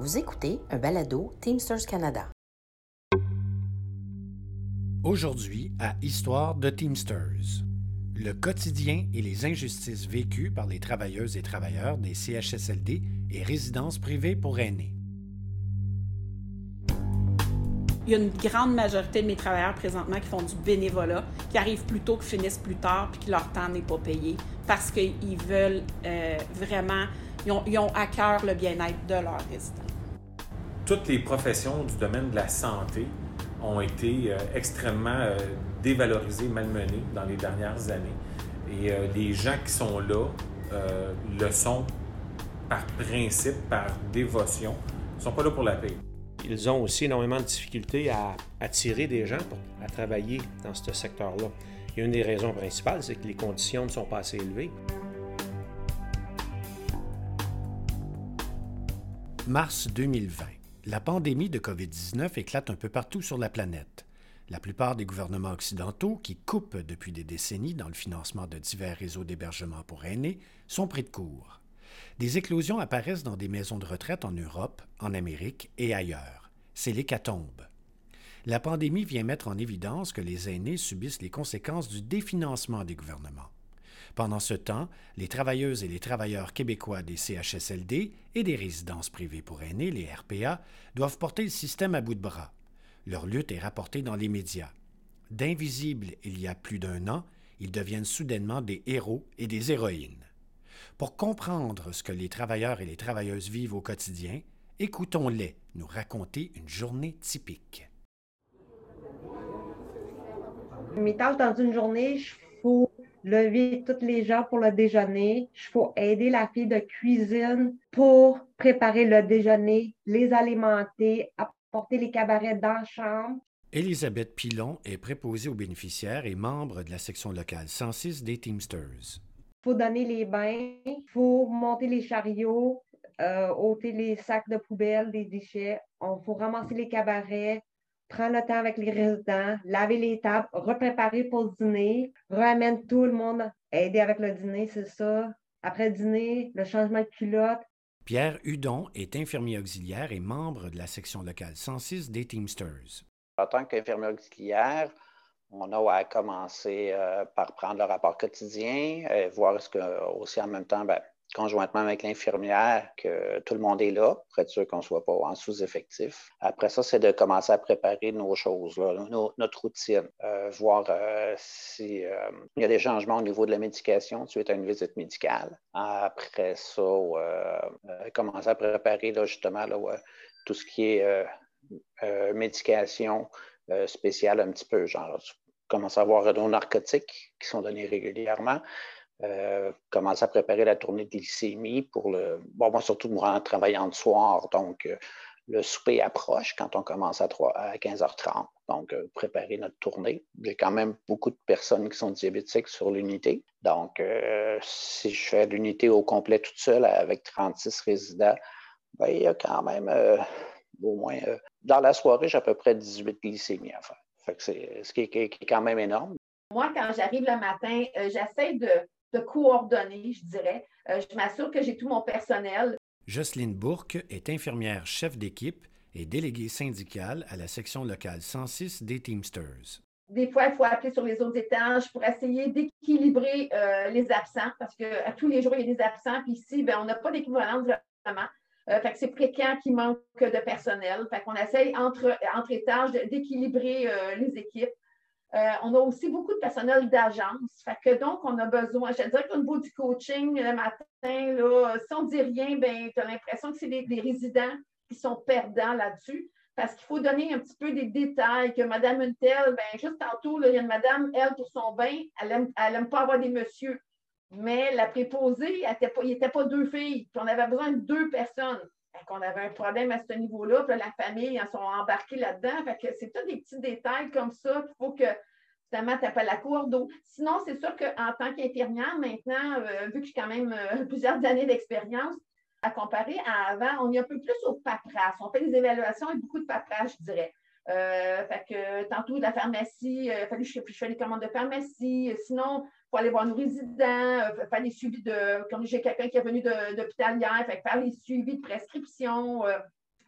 Vous écoutez un balado Teamsters Canada. Aujourd'hui, à Histoire de Teamsters, le quotidien et les injustices vécues par les travailleuses et travailleurs des CHSLD et résidences privées pour aînés. Il y a une grande majorité de mes travailleurs présentement qui font du bénévolat, qui arrivent plus tôt, qui finissent plus tard, puis que leur temps n'est pas payé, parce qu'ils veulent vraiment, ils ont à cœur le bien-être de leurs résidents. Toutes les professions du domaine de la santé ont été extrêmement dévalorisées, malmenées dans les dernières années. Et les gens qui sont là le sont par principe, par dévotion. Ils ne sont pas là pour la paix. Ils ont aussi énormément de difficultés à attirer des gens à travailler dans ce secteur-là. Et une des raisons principales, c'est que les conditions ne sont pas assez élevées. Mars 2020. La pandémie de COVID-19 éclate un peu partout sur la planète. La plupart des gouvernements occidentaux, qui coupent depuis des décennies dans le financement de divers réseaux d'hébergement pour aînés, sont pris de court. Des éclosions apparaissent dans des maisons de retraite en Europe, en Amérique et ailleurs. C'est l'hécatombe. La pandémie vient mettre en évidence que les aînés subissent les conséquences du définancement des gouvernements. Pendant ce temps, les travailleuses et les travailleurs québécois des CHSLD et des résidences privées pour aînés, les RPA, doivent porter le système à bout de bras. Leur lutte est rapportée dans les médias. D'invisibles il y a plus d'un an, ils deviennent soudainement des héros et des héroïnes. Pour comprendre ce que les travailleurs et les travailleuses vivent au quotidien, écoutons-les nous raconter une journée typique. Mes tâches dans une journée, il faut lever tous les gens pour le déjeuner. Il faut aider la fille de cuisine pour préparer le déjeuner, les alimenter, apporter les cabarets dans la chambre. Élisabeth Pilon est préposée aux bénéficiaires et membre de la section locale 106 des Teamsters. Il faut donner les bains, il faut monter les chariots, ôter les sacs de poubelle, des déchets. Il faut ramasser les cabarets, prendre le temps avec les résidents, laver les tables, repréparer pour le dîner, ramène tout le monde, aider avec le dîner, c'est ça. Après le dîner, le changement de culotte. Pierre Hudon est infirmier auxiliaire et membre de la section locale 106 des Teamsters. En tant qu'infirmier auxiliaire, on a à commencer par prendre le rapport quotidien, voir est-ce que aussi en même temps, conjointement avec l'infirmière, que tout le monde est là, pour être sûr qu'on ne soit pas en sous-effectif. Après ça, c'est de commencer à préparer nos choses, là, notre routine, voir s'il y a des changements au niveau de la médication suite à une visite médicale. Après ça, commencer à préparer là, justement là, tout ce qui est médication spéciale un petit peu, genre commencer à avoir nos narcotiques qui sont donnés régulièrement. Commencer à préparer la tournée de glycémie pour le... Bon, moi, surtout, moi, en travaillant de soir, donc le souper approche quand on commence à 15h30. Donc, préparer notre tournée. J'ai quand même beaucoup de personnes qui sont diabétiques sur l'unité. Donc, si je fais l'unité au complet toute seule avec 36 résidents, il y a quand même au moins... dans la soirée, j'ai à peu près 18 glycémies à faire. Fait que c'est ce qui est quand même énorme. Moi, quand j'arrive le matin, j'essaie de coordonner, je dirais. Je m'assure que j'ai tout mon personnel. Jocelyne Bourque est infirmière chef d'équipe et déléguée syndicale à la section locale 106 des Teamsters. Des fois, il faut appeler sur les autres étages pour essayer d'équilibrer les absents, parce qu'à tous les jours, il y a des absents. Puis ici, on n'a pas d'équivalent vraiment. Fait que c'est fréquent qu'il manque de personnel. Fait qu'on essaye entre étages d'équilibrer les équipes. On a aussi beaucoup de personnel d'agence. Fait que donc, on a besoin, je dirais qu'au niveau du coaching, le matin, là, si on ne dit rien, tu as l'impression que c'est des résidents qui sont perdants là-dessus. Parce qu'il faut donner un petit peu des détails, que Madame Untel, juste tantôt, là, il y a une madame, elle, pour son bain, elle aime pas avoir des messieurs. Mais la préposée, il n'était pas deux filles. Puis on avait besoin de deux personnes. Fait qu'on avait un problème à ce niveau-là. Puis la famille, ils sont embarqués là-dedans. Fait que c'est tous des petits détails comme ça qu'il faut que, finalement, tu appelles la cour d'eau. Sinon, c'est sûr qu'en tant qu'infirmière, maintenant, vu que j'ai quand même plusieurs années d'expérience, à comparer à avant, on est un peu plus au paperasse. On fait des évaluations et beaucoup de paperasse, je dirais. Fait que tantôt, la pharmacie, il fallait que je fasse des commandes de pharmacie. Sinon, il faut aller voir nos résidents, faire des suivis de... Comme j'ai quelqu'un qui est venu d'hôpital hier, faire les suivis de prescription.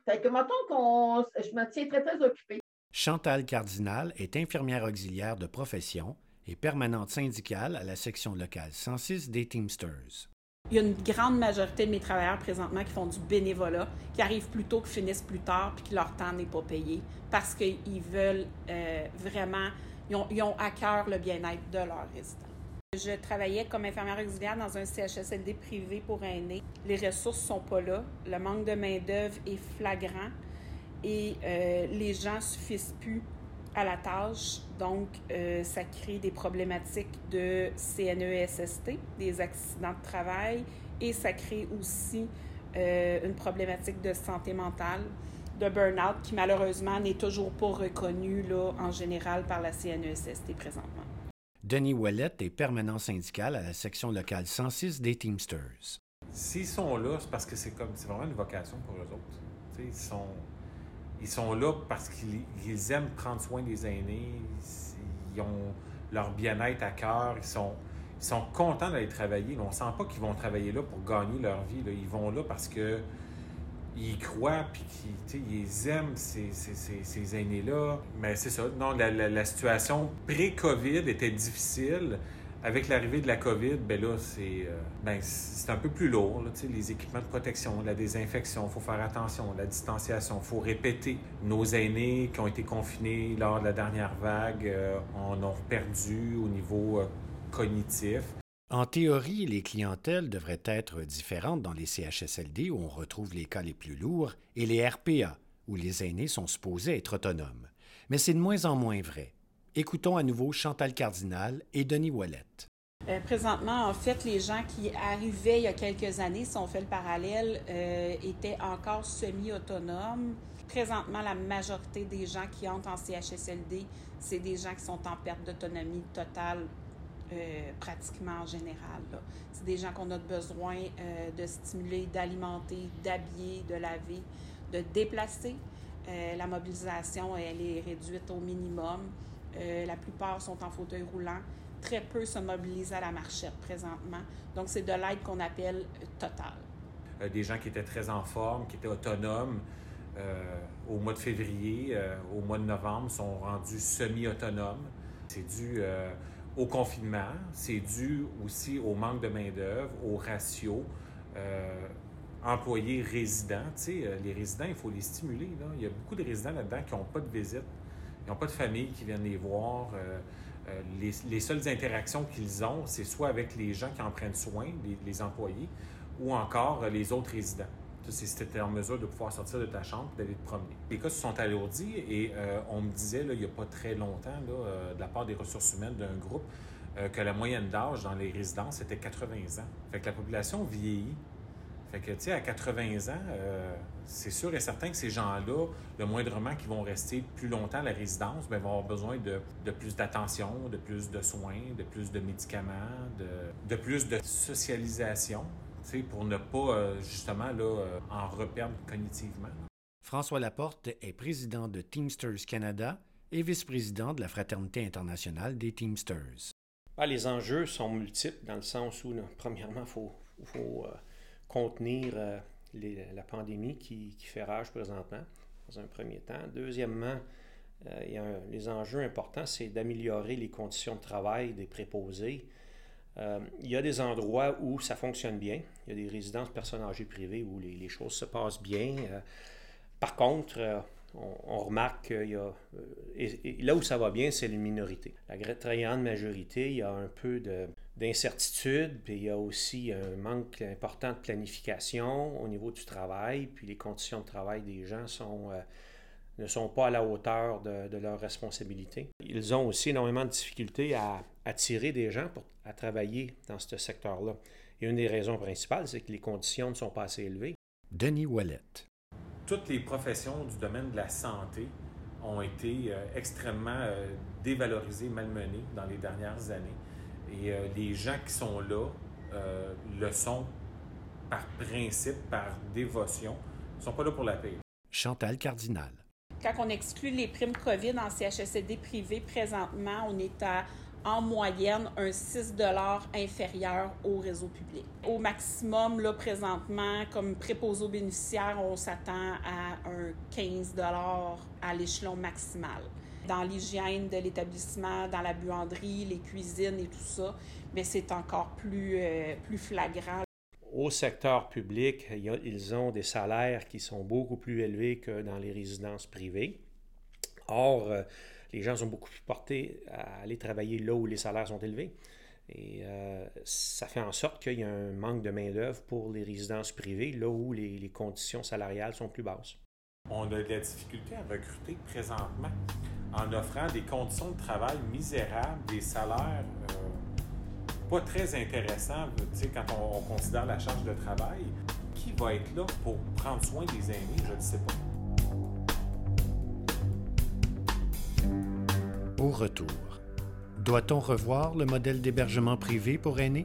Fait que mettons je me tiens très, très occupée. Chantal Cardinal est infirmière auxiliaire de profession et permanente syndicale à la section locale 106 des Teamsters. Il y a une grande majorité de mes travailleurs présentement qui font du bénévolat, qui arrivent plus tôt, qui finissent plus tard, puis que leur temps n'est pas payé, parce qu'ils veulent vraiment, ils ont à cœur le bien-être de leurs résidents. Je travaillais comme infirmière auxiliaire dans un CHSLD privé pour aînés. Les ressources ne sont pas là, le manque de main-d'œuvre est flagrant et les gens ne suffisent plus à la tâche. Donc, ça crée des problématiques de CNESST, des accidents de travail, et ça crée aussi une problématique de santé mentale, de burn-out, qui malheureusement n'est toujours pas reconnue là, en général par la CNESST présentement. Denis Ouellette est permanent syndical à la section locale 106 des Teamsters. S'ils sont là, c'est parce que c'est vraiment une vocation pour eux autres. Ils sont là parce qu'ils aiment prendre soin des aînés, ils ont leur bien-être à cœur, ils sont contents d'aller travailler. On ne sent pas qu'ils vont travailler là pour gagner leur vie. Là. Ils vont là parce que ils croient puis qu'ils aiment ces aînés-là. Mais c'est ça. Non, la situation pré-COVID était difficile. Avec l'arrivée de la COVID, c'est un peu plus lourd. Là, les équipements de protection, la désinfection, il faut faire attention, la distanciation, il faut répéter. Nos aînés qui ont été confinés lors de la dernière vague en ont perdu au niveau cognitif. En théorie, les clientèles devraient être différentes dans les CHSLD où on retrouve les cas les plus lourds et les RPA où les aînés sont supposés être autonomes. Mais c'est de moins en moins vrai. Écoutons à nouveau Chantal Cardinal et Denis Ouellette. Présentement, en fait, les gens qui arrivaient il y a quelques années, si on fait le parallèle, étaient encore semi-autonomes. Présentement, la majorité des gens qui entrent en CHSLD, c'est des gens qui sont en perte d'autonomie totale, pratiquement en général. Là. C'est des gens qu'on a besoin de stimuler, d'alimenter, d'habiller, de laver, de déplacer. La mobilisation, elle est réduite au minimum. La plupart sont en fauteuil roulant. Très peu se mobilisent à la marchette présentement. Donc, c'est de l'aide qu'on appelle totale. Des gens qui étaient très en forme, qui étaient autonomes, au mois de février, au mois de novembre, sont rendus semi-autonomes. C'est dû au confinement, c'est dû aussi au manque de main-d'œuvre, au ratio employés-résidents. Les résidents, il faut les stimuler. Là. Il y a beaucoup de résidents là-dedans qui n'ont pas de visite. Ils n'ont pas de famille qui viennent les voir. Les seules interactions qu'ils ont, c'est soit avec les gens qui en prennent soin, les employés, ou encore les autres résidents. Si tu es en mesure de pouvoir sortir de ta chambre et d'aller te promener. Les cas se sont alourdis et on me disait, là, il n'y a pas très longtemps, là, de la part des ressources humaines d'un groupe, que la moyenne d'âge dans les résidences était 80 ans. Fait que la population vieillit. Fait que, tu sais, à 80 ans, c'est sûr et certain que ces gens-là, le moindrement qu'ils vont rester plus longtemps à la résidence, vont avoir besoin de plus d'attention, de plus de soins, de plus de médicaments, de plus de socialisation, tu sais, pour ne pas, justement, là, en reperdre cognitivement. François Laporte est président de Teamsters Canada et vice-président de la Fraternité internationale des Teamsters. Les enjeux sont multiples dans le sens où, là, premièrement, il faut contenir la pandémie qui fait rage présentement, dans un premier temps. Deuxièmement, les enjeux importants, c'est d'améliorer les conditions de travail des préposés. Il y a des endroits où ça fonctionne bien. Il y a des résidences personnes âgées privées où les choses se passent bien. Par contre, on remarque qu'il y a... et là où ça va bien, c'est une minorité. La très grande majorité, il y a un peu d'incertitude, puis il y a aussi un manque important de planification au niveau du travail, puis les conditions de travail des gens ne sont pas à la hauteur de leurs responsabilités. Ils ont aussi énormément de difficultés à attirer des gens à travailler dans ce secteur-là. Et une des raisons principales, c'est que les conditions ne sont pas assez élevées. Denis Ouellette. Toutes les professions du domaine de la santé ont été extrêmement dévalorisées, malmenées dans les dernières années. Et les gens qui sont là le sont par principe, par dévotion. Ils ne sont pas là pour la paix. Chantal Cardinal. Quand on exclut les primes COVID en CHSLD privé, présentement, on est à en moyenne un 6 $ inférieur au réseau public. Au maximum, là, présentement, comme préposé aux bénéficiaires, on s'attend à un 15 $ à l'échelon maximal. Dans l'hygiène de l'établissement, dans la buanderie, les cuisines et tout ça, mais c'est encore plus flagrant. Au secteur public, ils ont des salaires qui sont beaucoup plus élevés que dans les résidences privées. Or, les gens sont beaucoup plus portés à aller travailler là où les salaires sont élevés. Et ça fait en sorte qu'il y a un manque de main-d'œuvre pour les résidences privées, là où les conditions salariales sont plus basses. On a de la difficulté à recruter présentement en offrant des conditions de travail misérables, des salaires pas très intéressants, tu sais, quand on considère la charge de travail. Qui va être là pour prendre soin des aînés? Je ne sais pas. Au retour, doit-on revoir le modèle d'hébergement privé pour aînés?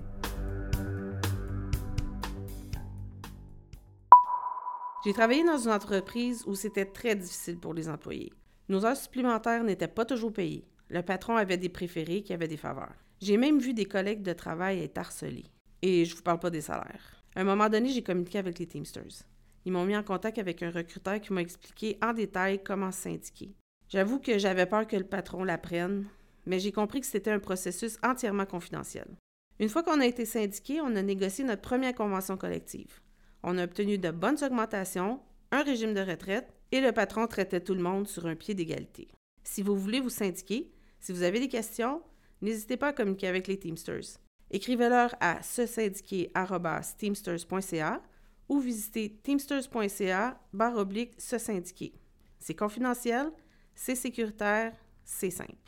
J'ai travaillé dans une entreprise où c'était très difficile pour les employés. Nos heures supplémentaires n'étaient pas toujours payées. Le patron avait des préférés qui avaient des faveurs. J'ai même vu des collègues de travail être harcelés. Et je vous parle pas des salaires. À un moment donné, j'ai communiqué avec les Teamsters. Ils m'ont mis en contact avec un recruteur qui m'a expliqué en détail comment se syndiquer. J'avoue que j'avais peur que le patron l'apprenne, mais j'ai compris que c'était un processus entièrement confidentiel. Une fois qu'on a été syndiqué, on a négocié notre première convention collective. On a obtenu de bonnes augmentations, un régime de retraite et le patron traitait tout le monde sur un pied d'égalité. Si vous voulez vous syndiquer, si vous avez des questions, n'hésitez pas à communiquer avec les Teamsters. Écrivez-leur à sesyndiquer@teamsters.ca ou visitez teamsters.ca/se-syndiquer. C'est confidentiel, c'est sécuritaire, c'est simple.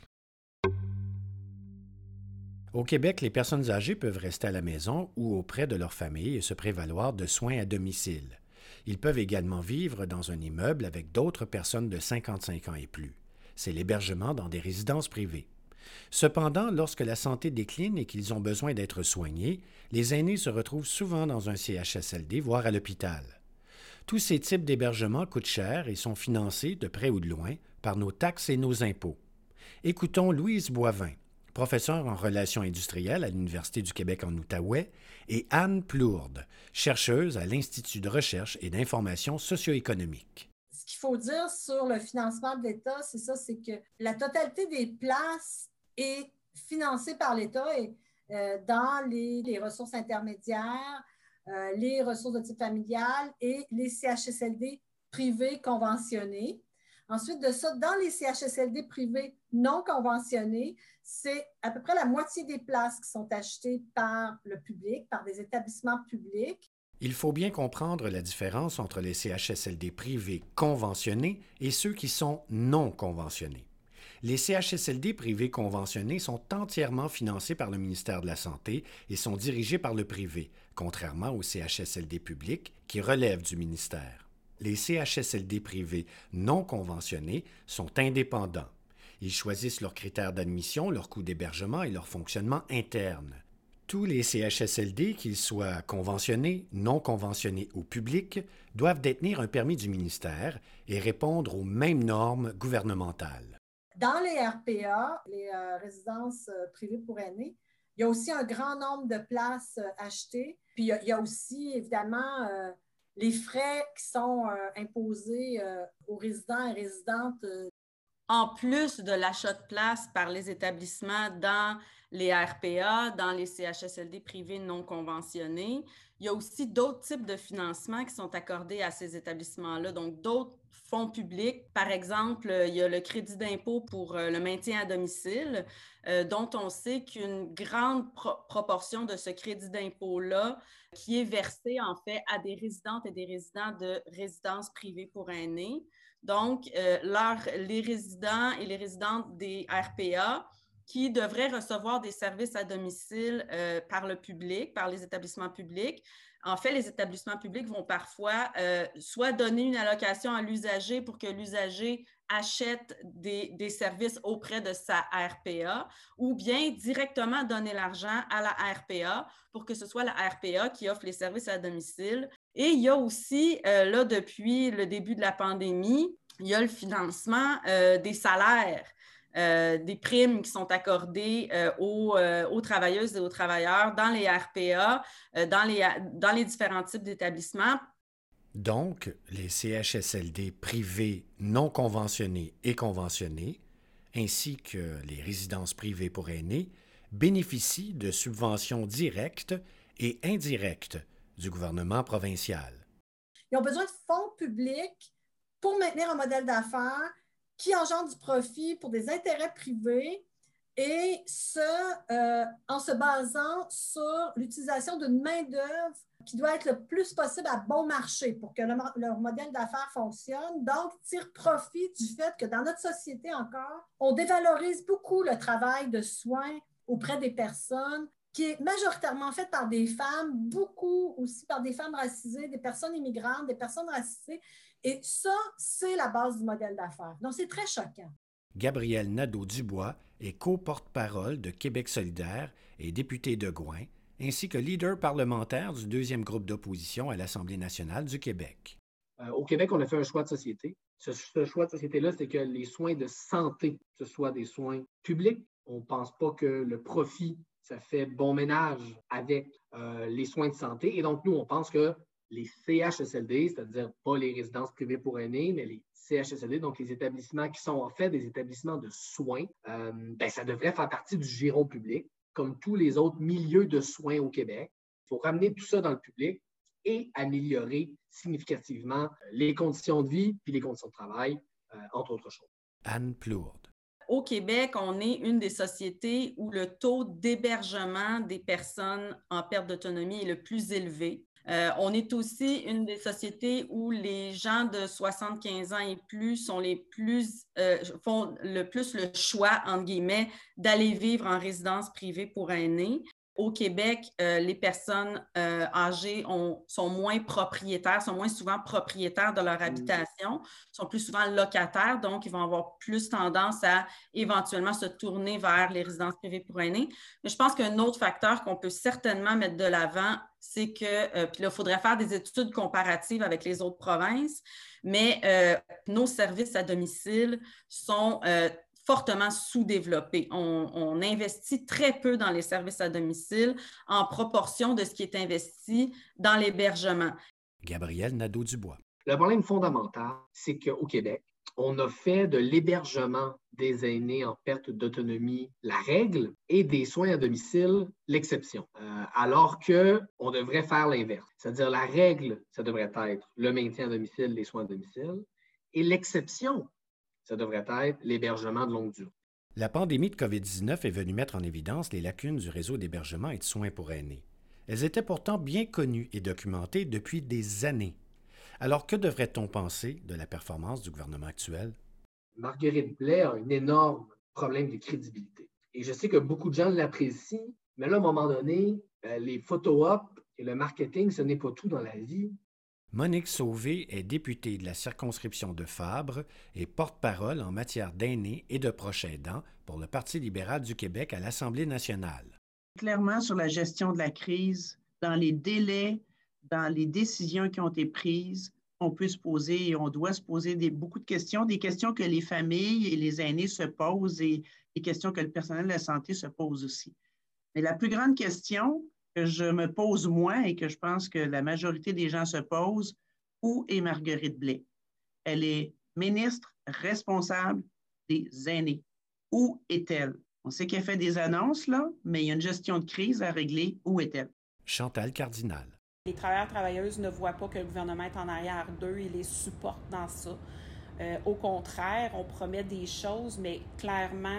Au Québec, les personnes âgées peuvent rester à la maison ou auprès de leur famille et se prévaloir de soins à domicile. Ils peuvent également vivre dans un immeuble avec d'autres personnes de 55 ans et plus. C'est l'hébergement dans des résidences privées. Cependant, lorsque la santé décline et qu'ils ont besoin d'être soignés, les aînés se retrouvent souvent dans un CHSLD, voire à l'hôpital. Tous ces types d'hébergements coûtent cher et sont financés, de près ou de loin, par nos taxes et nos impôts. Écoutons Louise Boivin, professeure en relations industrielles à l'Université du Québec en Outaouais, et Anne Plourde, chercheuse à l'Institut de recherche et d'information socio-économique. Ce qu'il faut dire sur le financement de l'État, c'est ça, c'est que la totalité des places est financée par l'État et dans les ressources intermédiaires, les ressources de type familial et les CHSLD privés conventionnés. Ensuite de ça, dans les CHSLD privés non conventionnés, c'est à peu près la moitié des places qui sont achetées par le public, par des établissements publics. Il faut bien comprendre la différence entre les CHSLD privés conventionnés et ceux qui sont non conventionnés. Les CHSLD privés conventionnés sont entièrement financés par le ministère de la Santé et sont dirigés par le privé, contrairement aux CHSLD publics qui relèvent du ministère. Les CHSLD privés non conventionnés sont indépendants. Ils choisissent leurs critères d'admission, leur coût d'hébergement et leur fonctionnement interne. Tous les CHSLD, qu'ils soient conventionnés, non conventionnés ou publics, doivent détenir un permis du ministère et répondre aux mêmes normes gouvernementales. Dans les RPA, les résidences privées pour aînés, il y a aussi un grand nombre de places achetées. Puis il y a aussi, évidemment, les frais qui sont imposés aux résidents et résidentes. En plus de l'achat de places par les établissements dans les RPA, dans les CHSLD privés non conventionnés, il y a aussi d'autres types de financements qui sont accordés à ces établissements-là, donc d'autres fonds publics. Par exemple, il y a le crédit d'impôt pour le maintien à domicile, dont on sait qu'une grande proportion de ce crédit d'impôt-là qui est versé en fait à des résidentes et des résidents de résidences privées pour aînés. Donc, les résidents et les résidentes des RPA qui devraient recevoir des services à domicile par le public, par les établissements publics. En fait, les établissements publics vont parfois soit donner une allocation à l'usager pour que l'usager achète des services auprès de sa RPA ou bien directement donner l'argent à la RPA pour que ce soit la RPA qui offre les services à domicile. Et il y a aussi, là, depuis le début de la pandémie, il y a le financement des salaires des primes qui sont accordées aux travailleuses et aux travailleurs dans les RPA, dans les différents types d'établissements. Donc, les CHSLD privés non conventionnés et conventionnés, ainsi que les résidences privées pour aînés, bénéficient de subventions directes et indirectes du gouvernement provincial. Ils ont besoin de fonds publics pour maintenir un modèle d'affaires qui engendre du profit pour des intérêts privés et en se basant sur l'utilisation d'une main-d'œuvre qui doit être le plus possible à bon marché pour que leur modèle d'affaires fonctionne. Donc, tire profit du fait que dans notre société encore, on dévalorise beaucoup le travail de soins auprès des personnes qui est majoritairement fait par des femmes, beaucoup aussi par des femmes racisées, des personnes immigrantes, des personnes racisées. Et ça, c'est la base du modèle d'affaires. Donc, c'est très choquant. Gabrielle Nadeau-Dubois est co-porte-parole de Québec solidaire et députée de Gouin, ainsi que leader parlementaire du deuxième groupe d'opposition à l'Assemblée nationale du Québec. Au Québec, on a fait un choix de société. Ce choix de société-là, c'est que les soins de santé, ce soit des soins publics. On ne pense pas que le profit, ça fait bon ménage avec les soins de santé. Et donc, nous, on pense que les CHSLD, c'est-à-dire pas les résidences privées pour aînés, mais les CHSLD, donc les établissements qui sont en fait des établissements de soins, ça devrait faire partie du giron public, comme tous les autres milieux de soins au Québec. Il faut ramener tout ça dans le public et améliorer significativement les conditions de vie puis les conditions de travail, entre autres choses. Anne Plourde. Au Québec, on est une des sociétés où le taux d'hébergement des personnes en perte d'autonomie est le plus élevé. On est aussi une des sociétés où les gens de 75 ans et plus font le plus le choix, entre guillemets, d'aller vivre en résidence privée pour aînés. Au Québec, les personnes âgées sont moins propriétaires, sont moins souvent propriétaires de leur habitation, sont plus souvent locataires, donc ils vont avoir plus tendance à éventuellement se tourner vers les résidences privées pour aînés. Mais je pense qu'un autre facteur qu'on peut certainement mettre de l'avant, c'est que, puis là, il faudrait faire des études comparatives avec les autres provinces, mais nos services à domicile sont fortement sous-développés. On investit très peu dans les services à domicile en proportion de ce qui est investi dans l'hébergement. Gabrielle Nadeau-Dubois. Le problème fondamental, c'est qu'au Québec, on a fait de l'hébergement des aînés en perte d'autonomie la règle et des soins à domicile l'exception, alors qu'on devrait faire l'inverse. C'est-à-dire la règle, ça devrait être le maintien à domicile, les soins à domicile, et l'exception, ça devrait être l'hébergement de longue durée. La pandémie de COVID-19 est venue mettre en évidence les lacunes du réseau d'hébergement et de soins pour aînés. Elles étaient pourtant bien connues et documentées depuis des années. Alors, que devrait-on penser de la performance du gouvernement actuel? Marguerite Blais a un énorme problème de crédibilité. Et je sais que beaucoup de gens l'apprécient, mais là, à un moment donné, les photo-op et le marketing, ce n'est pas tout dans la vie. Monique Sauvé est députée de la circonscription de Fabre et porte-parole en matière d'aînés et de proches aidants pour le Parti libéral du Québec à l'Assemblée nationale. Clairement, sur la gestion de la crise, dans les délais, dans les décisions qui ont été prises, on peut se poser et on doit se poser beaucoup de questions, des questions que les familles et les aînés se posent et des questions que le personnel de la santé se pose aussi. Mais la plus grande question que je me pose moi et que je pense que la majorité des gens se posent, où est Marguerite Blais? Elle est ministre responsable des aînés. Où est-elle? On sait qu'elle fait des annonces, là, mais il y a une gestion de crise à régler. Où est-elle? Chantal Cardinal. Les travailleurs et travailleuses ne voient pas que le gouvernement est en arrière d'eux et les supporte dans ça. Au contraire, on promet des choses, mais clairement,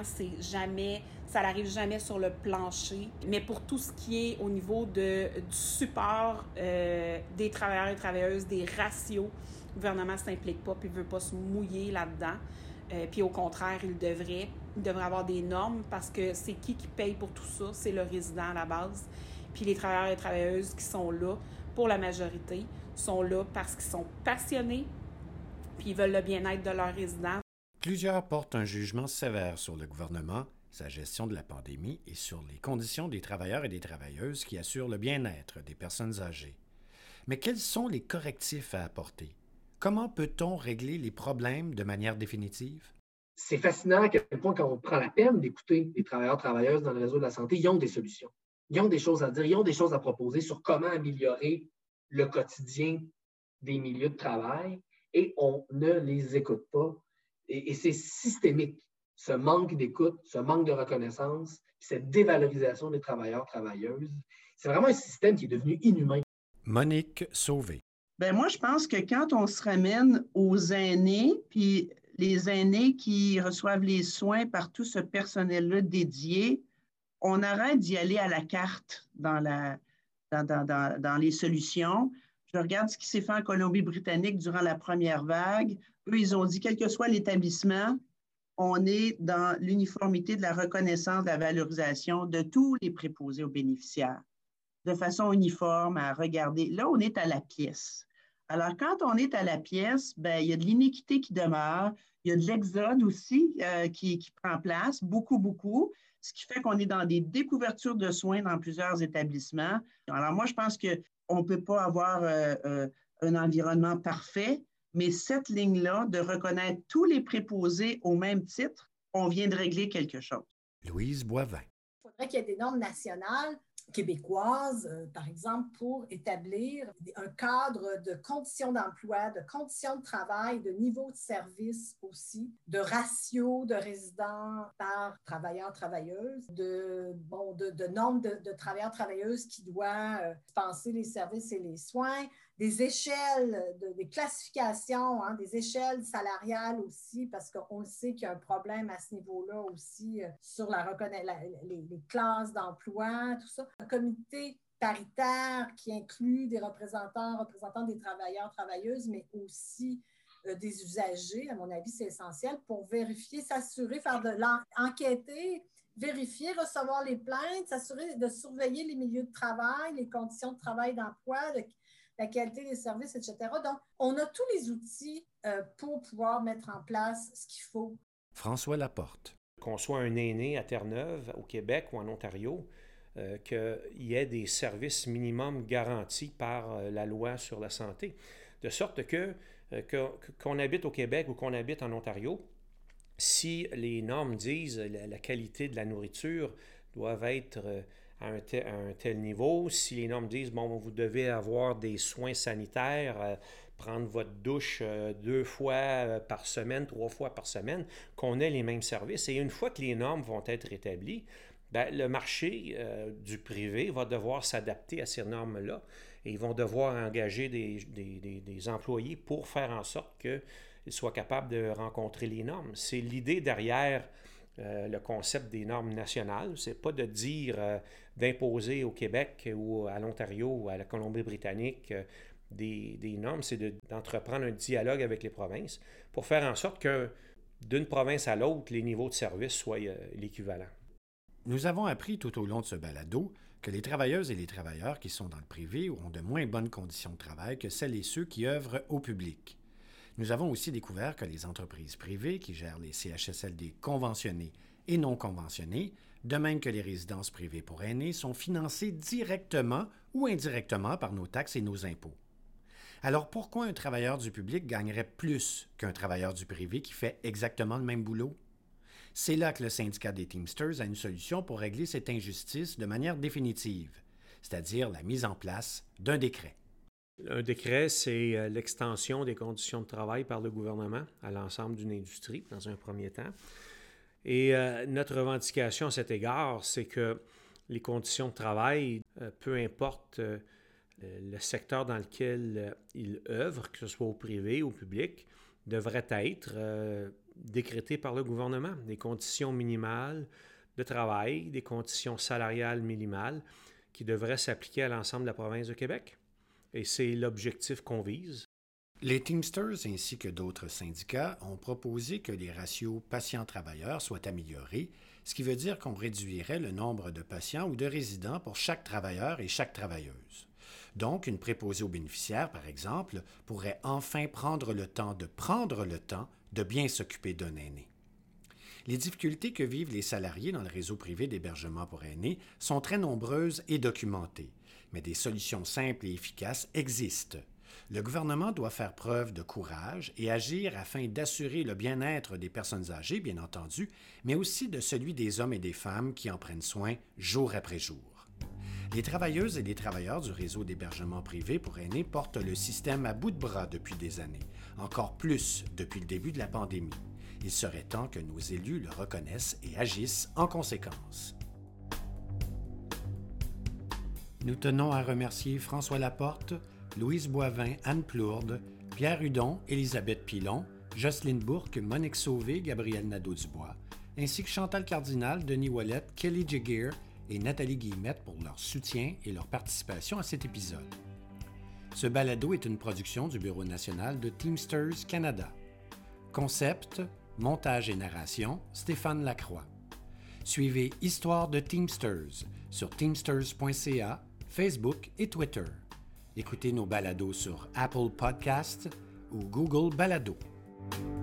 ça n'arrive jamais sur le plancher. Mais pour tout ce qui est au niveau du support des travailleurs et travailleuses, des ratios, le gouvernement ne s'implique pas puis ne veut pas se mouiller là-dedans. Puis au contraire, il devrait avoir des normes parce que c'est qui paye pour tout ça? C'est le résident à la base. Puis les travailleurs et travailleuses qui sont là, pour la majorité, sont là parce qu'ils sont passionnés puis ils veulent le bien-être de leurs résidents. Plusieurs portent un jugement sévère sur le gouvernement, sa gestion de la pandémie et sur les conditions des travailleurs et des travailleuses qui assurent le bien-être des personnes âgées. Mais quels sont les correctifs à apporter? Comment peut-on régler les problèmes de manière définitive? c'est fascinant à quel point, quand on prend la peine d'écouter les travailleurs, travailleuses dans le réseau de la santé, ils ont des solutions. Ils ont des choses à dire, ils ont des choses à proposer sur comment améliorer le quotidien des milieux de travail et on ne les écoute pas. Et c'est systémique, ce manque d'écoute, ce manque de reconnaissance, cette dévalorisation des travailleurs, travailleuses. C'est vraiment un système qui est devenu inhumain. Monique Sauvé. Bien, moi, je pense que quand on se ramène aux aînés, puis les aînés qui reçoivent les soins par tout ce personnel-là dédié, on arrête d'y aller à la carte dans les solutions. Je regarde ce qui s'est fait en Colombie-Britannique durant la première vague. Eux, ils ont dit, quel que soit l'établissement, on est dans l'uniformité de la reconnaissance, de la valorisation de tous les préposés aux bénéficiaires, de façon uniforme à regarder. Là, on est à la pièce. Alors, quand on est à la pièce, bien, il y a de l'inéquité qui demeure, il y a de l'exode aussi qui prend place, beaucoup, ce qui fait qu'on est dans des découvertures de soins dans plusieurs établissements. Alors, moi, je pense qu'on ne peut pas avoir un environnement parfait, mais cette ligne-là, de reconnaître tous les préposés au même titre, on vient de régler quelque chose. Louise Boivin. Il faudrait qu'il y ait des normes nationales québécoises, par exemple, pour établir un cadre de conditions d'emploi, de conditions de travail, de niveau de service aussi, de ratio de résidents par travailleurs-travailleuses, de nombre de travailleurs-travailleuses qui doivent dispenser les services et les soins, des échelles, des classifications, des échelles salariales aussi, parce qu'on sait qu'il y a un problème à ce niveau-là aussi sur les classes d'emploi, tout ça. Un comité paritaire qui inclut des représentants des travailleurs, travailleuses, mais aussi des usagers, à mon avis, c'est essentiel pour vérifier, s'assurer, enquêter, vérifier, recevoir les plaintes, s'assurer de surveiller les milieux de travail, les conditions de travail, d'emploi, la qualité des services, etc. Donc, on a tous les outils pour pouvoir mettre en place ce qu'il faut. François Laporte. Qu'on soit un aîné à Terre-Neuve, au Québec ou en Ontario, qu'il y ait des services minimums garantis par la loi sur la santé. De sorte qu'on habite au Québec ou qu'on habite en Ontario, si les normes disent la qualité de la nourriture doivent être à un tel niveau, si les normes disent, bon, vous devez avoir des soins sanitaires, prendre votre douche 2 fois par semaine, 3 fois par semaine, qu'on ait les mêmes services. Et une fois que les normes vont être établies, bien, le marché du privé va devoir s'adapter à ces normes-là et ils vont devoir engager des employés pour faire en sorte qu'ils soient capables de rencontrer les normes. C'est l'idée derrière le concept des normes nationales. Ce n'est pas de dire d'imposer au Québec ou à l'Ontario ou à la Colombie-Britannique des normes, c'est d'entreprendre un dialogue avec les provinces pour faire en sorte que d'une province à l'autre, les niveaux de service soient l'équivalent. Nous avons appris tout au long de ce balado que les travailleuses et les travailleurs qui sont dans le privé ont de moins bonnes conditions de travail que celles et ceux qui œuvrent au public. Nous avons aussi découvert que les entreprises privées qui gèrent les CHSLD conventionnés et non conventionnés, de même que les résidences privées pour aînés, sont financées directement ou indirectement par nos taxes et nos impôts. Alors pourquoi un travailleur du public gagnerait plus qu'un travailleur du privé qui fait exactement le même boulot? C'est là que le syndicat des Teamsters a une solution pour régler cette injustice de manière définitive, c'est-à-dire la mise en place d'un décret. Un décret, c'est l'extension des conditions de travail par le gouvernement à l'ensemble d'une industrie, dans un premier temps. Et notre revendication à cet égard, c'est que les conditions de travail, peu importe le secteur dans lequel ils œuvrent, que ce soit au privé ou au public, devraient être décrétées par le gouvernement. Des conditions minimales de travail, des conditions salariales minimales qui devraient s'appliquer à l'ensemble de la province de Québec. Et c'est l'objectif qu'on vise. Les Teamsters ainsi que d'autres syndicats ont proposé que les ratios patients-travailleurs soient améliorés, ce qui veut dire qu'on réduirait le nombre de patients ou de résidents pour chaque travailleur et chaque travailleuse. Donc, une préposée aux bénéficiaires, par exemple, pourrait enfin prendre le temps de bien s'occuper d'un aîné. Les difficultés que vivent les salariés dans le réseau privé d'hébergement pour aînés sont très nombreuses et documentées, mais des solutions simples et efficaces existent. Le gouvernement doit faire preuve de courage et agir afin d'assurer le bien-être des personnes âgées, bien entendu, mais aussi de celui des hommes et des femmes qui en prennent soin jour après jour. Les travailleuses et les travailleurs du réseau d'hébergement privé pour aînés portent le système à bout de bras depuis des années, encore plus depuis le début de la pandémie. Il serait temps que nos élus le reconnaissent et agissent en conséquence. Nous tenons à remercier François Laporte, Louise Boivin, Anne Plourde, Pierre Hudon, Élisabeth Pilon, Jocelyne Bourque, Monique Sauvé, Gabrielle Nadeau-Dubois, ainsi que Chantal Cardinal, Denis Ouellet, Kelly Jagir et Nathalie Guillemette pour leur soutien et leur participation à cet épisode. Ce balado est une production du Bureau national de Teamsters Canada. Concept, montage et narration, Stéphane Lacroix. Suivez Histoire de Teamsters sur teamsters.ca, Facebook et Twitter. Écoutez nos balados sur Apple Podcasts ou Google Balado.